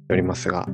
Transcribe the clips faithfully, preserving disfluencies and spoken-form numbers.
おりますが、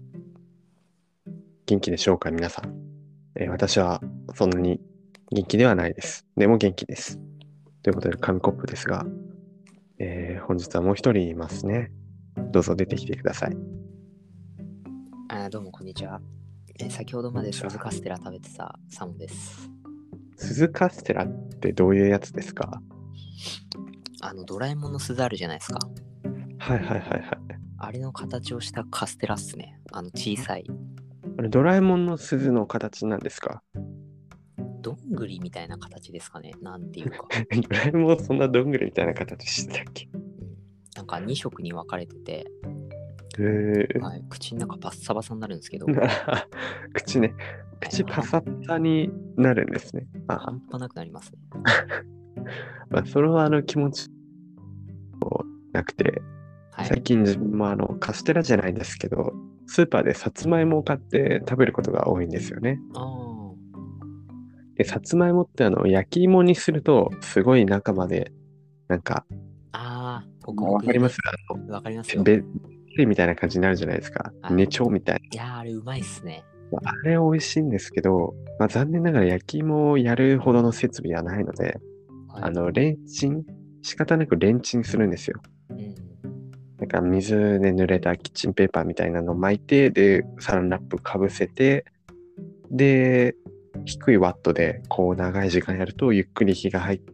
元気でしょうか、皆さん。えー私はそんなに元気ではないです。でも元気です。ということで、紙コップですが、えー本日はもう一人いますね。どうぞ出てきてください。 あどうもこんにちは。え先ほどまで鈴カステラ食べてたサムです。 鈴カステラってどういうやつですか？ あのドラえもんの鈴あるじゃないですか。 はいはいはいはい。 あれの形をしたカステラっすね。あの小さいあれドラえもんの鈴の形なんですか？ どんぐりみたいな形ですかね。なんていうか。 ドラえもんそんなどんぐりみたいな形してたっけ？ うん、なんかに色に分かれてて、 へー。 はい、口の中パッサバサになるんですけど、 口ね。 はい、 口パサパサになるんですね。あ半端なくなりますね。 まあ、それはあの気持ちなくて、 はい。 最近自分もあのカステラじゃないですけど、スーパーでさつまいもを買って食べることが多いんですよね。 あーで、さつまいもってあの焼き芋にすると、すごい中まで、なんか、 あー、ホクホクでね。 わかります？あの、 わかりますよ。 べっりみたいな感じになるじゃないですか。 はい。 ねちょみたいいやー、あれうまいっすね。 な。あれ美味しいんですけど、まあ、残念ながら焼き芋をやるほどの設備はないので、 はい。 あの、レンチン、仕方なくレンチンするんですよ。 うん。 なんか水で濡れたキッチンペーパーみたいなのを巻いて、で、サランラップかぶせて、で、低いワットでこう長い時間やるとゆっくり火が入って、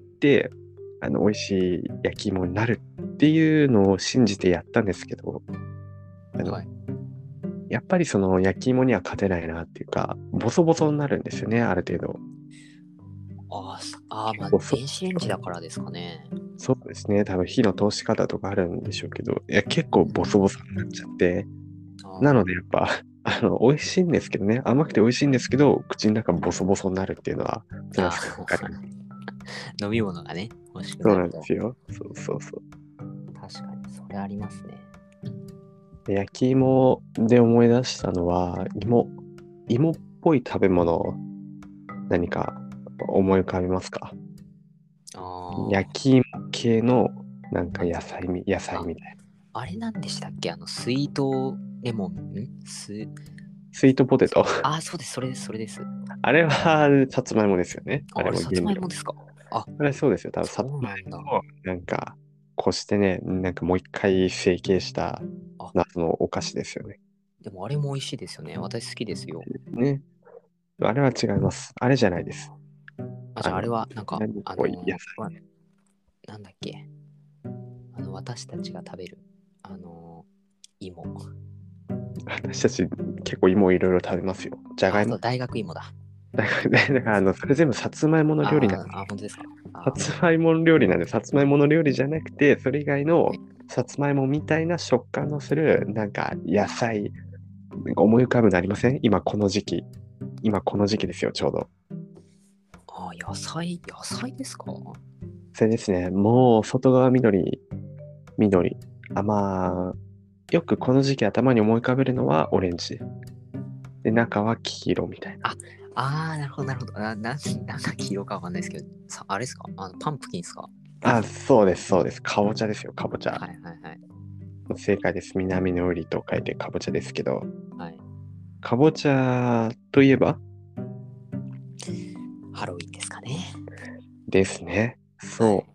あの、美味しい焼き芋になるっていうのを信じてやったんですけど、あの、 はい。 やっぱりその焼き芋には勝てないなっていうか、ボソボソになるんですよね、ある程度。 あーすあー、まあボソ電子レンジだからですかね。 そうですね。多分火の通し方とかあるんでしょうけど、いや、結構ボソボソになっちゃって、なのあでやっぱ、あの、美味しいんですけどね、甘くて美味しいんですけど、口の中ボソボソになるっていうのは、それはあすごくわかります。 飲み物がね、欲しくそうなんでなると。 すよ。そうそうそう。 確かに、それありますね。 で焼き芋で思い出したのは、芋、芋っぽい食べ物、何か思い浮かびますか？ ああ、 焼き芋系のなんかはい。 野菜み、野菜あ、 みたいな。 あれなんでしたっけあの、スイートレモン、んス、 スイートポテト。 ああ、そうです、それです、それです。 あれはさつまいもですよね。ああ、あれ、 れも原料。 さつまいもですか？あ、 あれそうですよ。多分さつそうまなんだ。 いもをなんか、こしてね、なんかもう一回成形したあ、 夏のお菓子ですよね。 でもあれも美味しいですよね。私好きですよ。 ね。あれは違います。あれじゃないです。 あ、じあの、 ゃああれは、なんか、 何っあぽい野のーわなんだっけあの、私たちが食べる、あのー芋。 菜。私たち結構芋いろいろ食べますよ。じゃがあ、 いも。 そう、大学芋だ。 だからね、だからあの、それ全部さつまいもの料理なんあーです。 あ、本当ですか？ さあつまいもの料理なんで、さつまいもの料理じゃなくて、それ以外のー、はい。 さつまいもみたいな食感のする、なんか野菜、なんか思い浮かぶのありません？今この時期。今この時期ですよ、ちょうど。 あー、野菜、野菜ですか？ それですね、もう外側緑、緑。あ、まあ、よくこの時期頭に思い浮かべるのはオレンジ。で、中は黄色みたいな。 あ、あー、なるほど、なるほど。あ、なん、なんか黄色かわかんないですけど、さ、あれですかあの、パンプキンですか？ あ、そうです、そうです。かぼちゃですよ、かぼちゃ。 はいはいはい。 正解です。南の瓜と書いてかぼちゃですけど、 はい。 かぼちゃといえばハロウィンですかね。 ですね。 はい。 そう。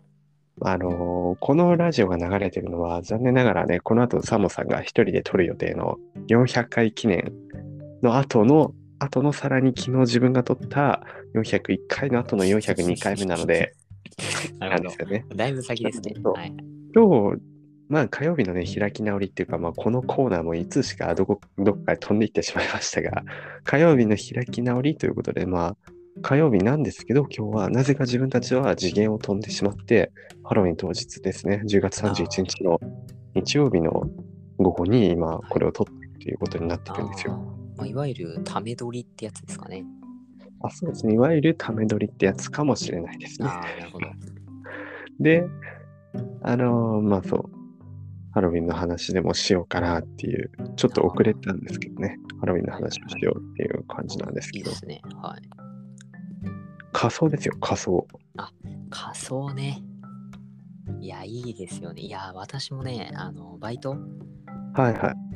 あのーこのラジオが流れてるのは、残念ながらね、この後サモさんが一人で撮る予定のよんひゃっかい記念の後の、後のさらに昨日自分が撮ったよんひゃくいっかいの後のよんひゃくにかいめなので、 なるほど。 なんですよね。 だいぶ先ですね。 そうはいはい。 今日、まあ火曜日のね、開き直りっていうか、まあこのコーナーもいつしかどこ、どこかへ飛んでいってしまいましたが、火曜日の開き直りということで、まあ火曜日なんですけど、今日はなぜか自分たちは次元を飛んでしまって、ハロウィン当日ですね、じゅうがつ31 あ日の日曜日の午後に今あ、はい。 これを撮っているということになってるんですよ。 ああ、まあ、いわゆるため撮りってやつですかね。 あ、そうですね。いわゆるため撮りってやつかもしれないですね。 ああ、なるほど。 で、あのーまあそう、ハロウィンの話でもしようかなっていう、ちょっと遅れあたんですけどね、ハロウィンのあ、はいはいはい。 話をしようっていう感じなんですけど、 いいっすね。はい。 仮装ですよ、仮装。 あ、仮装ね。いや、いいですよね。いや、私もね、あの、バイトはいはい。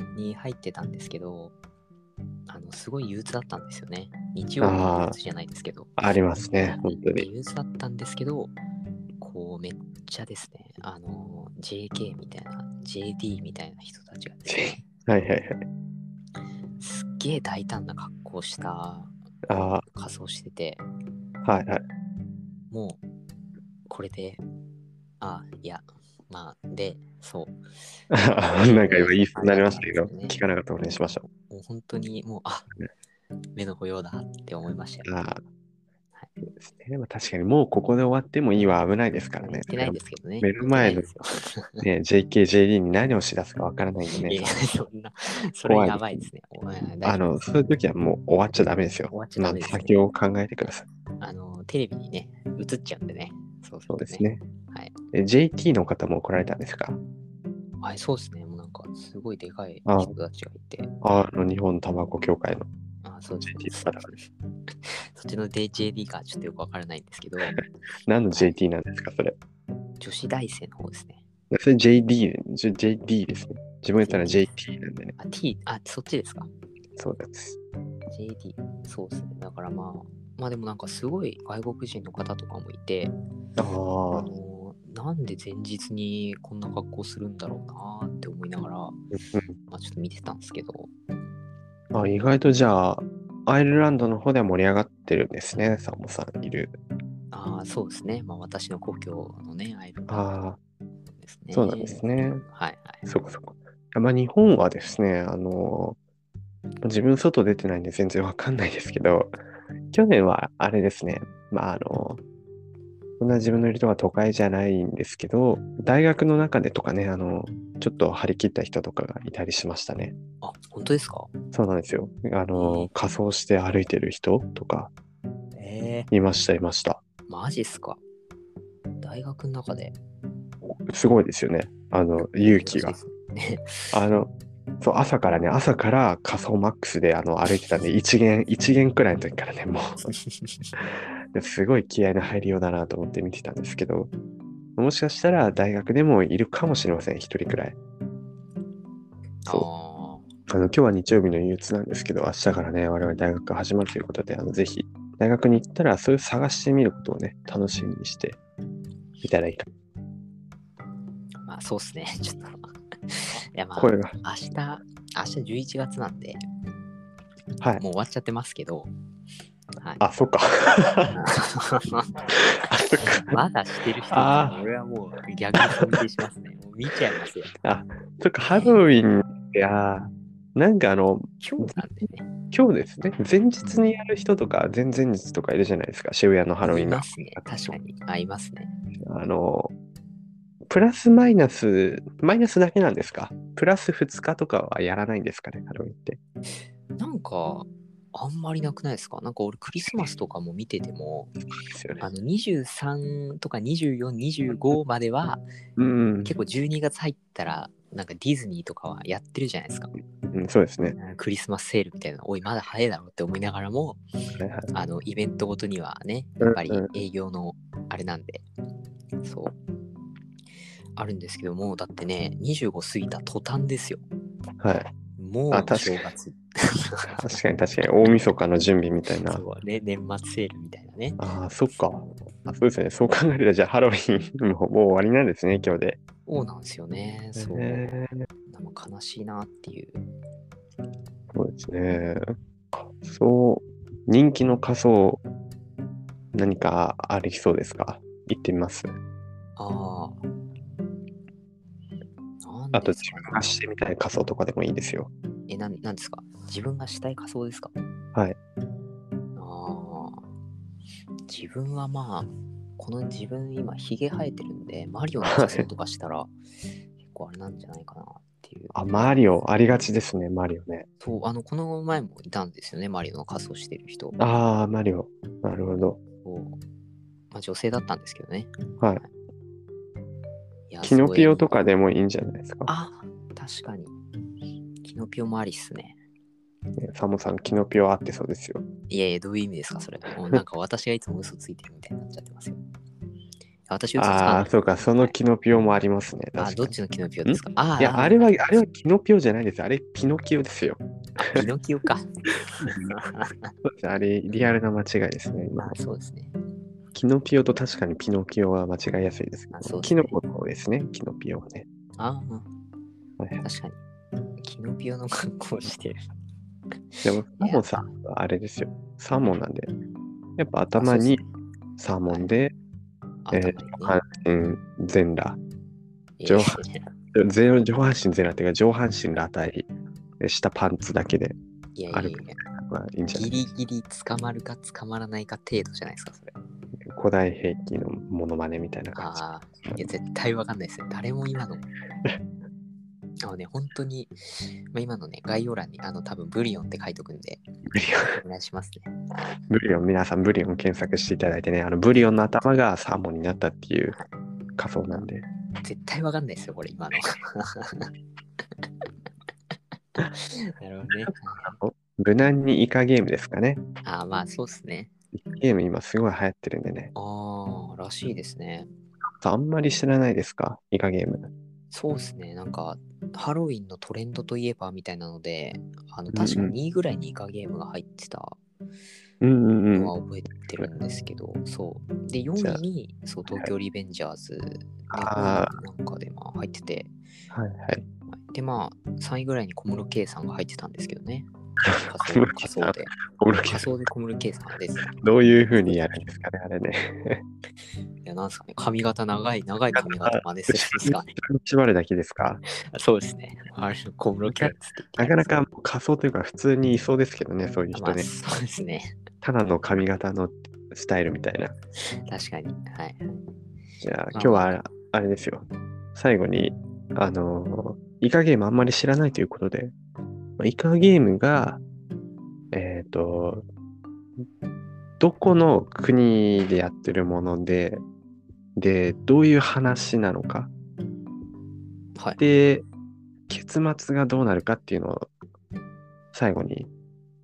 に入ってたんですけど、あのすごい憂鬱だったんですよね。日曜日の憂鬱じゃないですけど。 ありますね、本当に。 で憂鬱だったんですけど、こうめっちゃですね、あの ジェーケー みたいな、ジェーディー みたいな人たちがですね、 はいはいはい。 すっげえ大胆な格好したああ、 仮装してて、 はいはい。 もうこれで、あ、いや、まあ、で、そう。 なんか今言いそうになりましたけど、 あれだったんですよね聞かなかったことにしましょもう本当にもう、あ、目の保養だって思いましたう。 よ。 ああ、 はい、 そうですね。まあ、確かにもうここで終わってもいいは危ないですからね。 言ってないですけどね。 目言の前の、 ってないですよ。 ね、ジェーケー、ジェーディー に何をしだすかわからないんでね、 いや、そんな、それ怖いですね。 やばいですね。お前大あの、 丈夫です。 そういう時はもう終わっちゃダメですよ。 終わっちゃまあ、 ダメですね。 先を考えてください。 あの、テレビにね、映っちゃうんでね。そうするとね。 そうですね。 はい。 え ジェーティー の方も来られたんですか？ はい、そうですね。もうなんか、すごいでかいあ人たちがいて。 あの、日本タバコ協会のあ、そうです。 ジェーティー の方が。 そっちの ジェーディー かちょっとよくわからないんですけど、 何の ジェーティー なんですか、それ。 女子大生の方ですね。 それ ジェーディー、ジェ ジェーディー ですね。自分やったら ジェーティー なんでね。 あ、T、あ、そっちですか。 そうです。 ジェーディー、そうですね。だからまあ、まあでもなんかすごい外国人の方とかもいて、 あああ、 のなんで前日にこんな格好するんだろうなって思いながら、 うんまあちょっと見てたんですけど、 あ、意外とじゃあ、アイルランドの方では盛り上がってるんですね、サモさんいる。 ああ、そうですね。まあ私の故郷のね、アイルランああ、 ドですね。 そうなんですね。 はいはい。 そこそこ。まあ、日本はですね、あの、自分外出てないんで全然わかんないですけど、去年はあれですね、まあ、あの、そんな自分のいるとこは都会じゃないんですけど、大学の中でとかね、あの、ちょっと張り切った人とかがいたりしましたね。 あ、本当ですか？ そうなんですよ。あの、仮装して歩いてる人とかええいました、いました。 ー、マジっすか？大学の中ですごいですよね。あの、勇気が。 珍しいですね。 あの、そう、朝からね、朝から仮装マックスであの歩いてたんで、一元、一元くらいの時からね、もうすごい気合の入りようだなと思って見てたんですけど、もしかしたら大学でもいるかもしれません、一人くらい。そう。 ああの、今日は日曜日の憂鬱なんですけど、明日からね、我々大学が始まるということで、あの、ぜひ、大学に行ったら、そういう探してみることをね、楽しみにしてみたらいいか。 あ、まあそうっすね。ちょっといやまあ、 声が。 明日、明日じゅういちがつなんで、 はい。 もう終わっちゃってますけど、はい。 あ、そっか。あ、そっか。 まだしてる人いたあら、俺はもう逆に尊敬しますね。もう見ちゃいますよ。 あ、そっか、ハロウィンいや、なんかあの、 今日なんでね。 今日ですね、前日にやる人とか、前々日とかいるじゃないですか、渋谷のハロウィンの。 いますね。確かに。あ、いますね。 あの、プラスマイナス、マイナスだけなんですか？プラスふつかとかはやらないんですかね、ハロウィンって。 なんか、あんまりなくないですか？なんか俺クリスマスとかも見てても、 ですよね。 あのにじゅうさんとかにじゅうよん、にじゅうごまではうん、 結構じゅうにがつ入ったらなんかディズニーとかはやってるじゃないですか。 うん、そうですね。 クリスマスセールみたいな、おいまだ早いだろって思いながらも、 はいはい。 あのイベントごとにはね、やっぱり営業のあれなんで、そうあるんですけども、だってね、にじゅうご過ぎた途端ですよ。 はい。あ、 もう確かに。 正月。 確かに確かに。大晦日の準備みたいな。 そうね、年末セールみたいなね。 ああ、そっか。あ、そうですね。そう考えると、じゃあハロウィンももう終わりなんですね、今日で。 そうなんですよね。そう。 へーなんか悲しいなっていう。 そうですね。そう、人気の仮装、何かありそうですか？行ってみます。 ああ。なんあと、自ですかね。 分がしてみたい仮装とかでもいいですよ。 え、なん、なんですか？自分がしたい仮装ですか？ はい。 ああ。自分はまあ、この自分今ヒゲ生えてるんで、マリオの仮装とかしたら結構あれなんじゃないかなっていう。 あ、マリオ、ありがちですね、マリオね。 そう、あの、この前もいたんですよね、マリオの仮装してる人。 ああ、マリオ。なるほど。 そう、まあ、女性だったんですけどね。 はい。 いや、 キノピオとか。 かでもいいんじゃないですか。 あ、確かに。キノピオもありっすね。 ねサモさん、キノピオ合ってそうですよ。 いやいや、どういう意味ですか、それ。もうなんか私がいつも嘘ついてるみたいになっちゃってますよ。 私嘘つかああ、 ない。 そうか、そのキノピオもありますね。 あ、 確かに。 どっちのキノピオですか？あいや、 あ、 あれは、 はいはい。 あれはキノピオじゃないです。あれ、ピノキオですよ。 あ、ピノキオか。 そうですあれ、リアルな間違いですね。今あ、 のそうですね。 キノピオと確かにピノキオは間違いやすいですけあ、 ど、 そうですね。 キノコのですね、キノピオはね。 ああ、 はいはい、 確かに。キノピオの格好してる。 でも、サいや、 ーモンさんはあれですよ。サーモンなんで、やっぱあ、そ頭にうですね。 サーモンで、えー頭にね。 上半身全裸、 え上半ー、 全上半身全裸っていうか、上半身裸体、で下パンツだけでいやいや歩くいや、 のがいいんじゃなギいですか。 リギリ捕まるか捕まらないか程度じゃないですか、それ。 古代兵器のモノマネみたいな感じ。 ああ、いや、絶対わかんないですね。誰も今の、あのね、本当に、まあ、今のね、概要欄に、あの、多分ブリオンって書いとくんで、 ブリオン、 お願いしますね。 ブリオン、皆さんブリオン検索していただいてね、あのブリオンの頭がサーモンになったっていう仮想なんで。 絶対わかんないですよ、これ、今の。なるほどね。 無難にイカゲームですかね。 ああ、まあ、そうっすね。 イカゲーム今すごい流行ってるんでね。 ああ、らしいですね。 あんまり知らないですかイカゲーム。 そうっすね。なんか、ハロウィンのトレンドといえばみたいなので、あの、 うんうん確かにいぐらいにイカゲームが入ってたうんうんうん。 のは覚えてるんですけど、そう。で、よんじゃいに、そう、東京リベンジャーズ、で、 あごいなんかで、まあ、入ってて、 はいはい。 で、まあ、さんいぐらいに小室圭さんが入ってたんですけどね。仮想小室圭さん仮想で。 小室圭さん仮想で小室圭さんがですね。 どういう風にやるんですかね、あれね。 いや、なんすかね、髪型長い、長い髪型真似するんですかね。 縛るだけですかそうですね。あれ、小室キャッツって言ってなかなか仮想というか普通にいそうですけどね、そういうまあ、 人ね。 そうですね。 ただの髪型のスタイルみたいな。 確かに。はい。 じゃあ、今まあまあ日はあれですよ。最後に、あのーイカゲームあんまり知らないということで、まあイカゲームが、えっと、どこの国でやってるもので、で、どういう話なのか。 はい。 で、結末がどうなるかっていうのを最後に、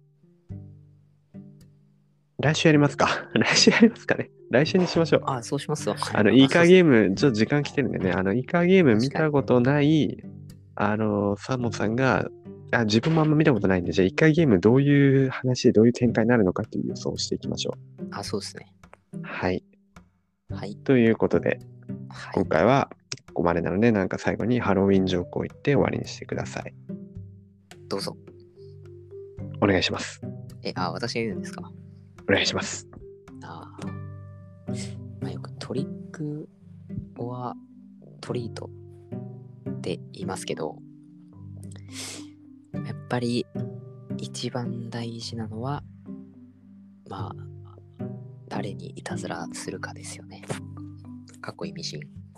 来週やりますか来週やりますかね来週にしましょう。 あ、そうしますわ。 あの、イカゲーム。 ム、ちょっと時間来てるんでね、あの、イカゲーム見たことない、あの、サーモンさんが、あ、自分もあんま見たことないんで、じゃあ、イカゲームどういう話でどういう展開になるのかっていう予想をしていきましょあ、そうですね。 う。はい。 はい。 ということで、 はい。 今回はここまでなので、なんか最後にハロウィンジョークを言って終わりにしてください。 どうぞ。 お願いします。 え、あ、私が言うんですか？ お願いします。 ああ。まあ、よくトリックオアトリートって言いますけど、やっぱり一番大事なのは、まあ、誰にいたずらするかですよね。かっこいいミシン。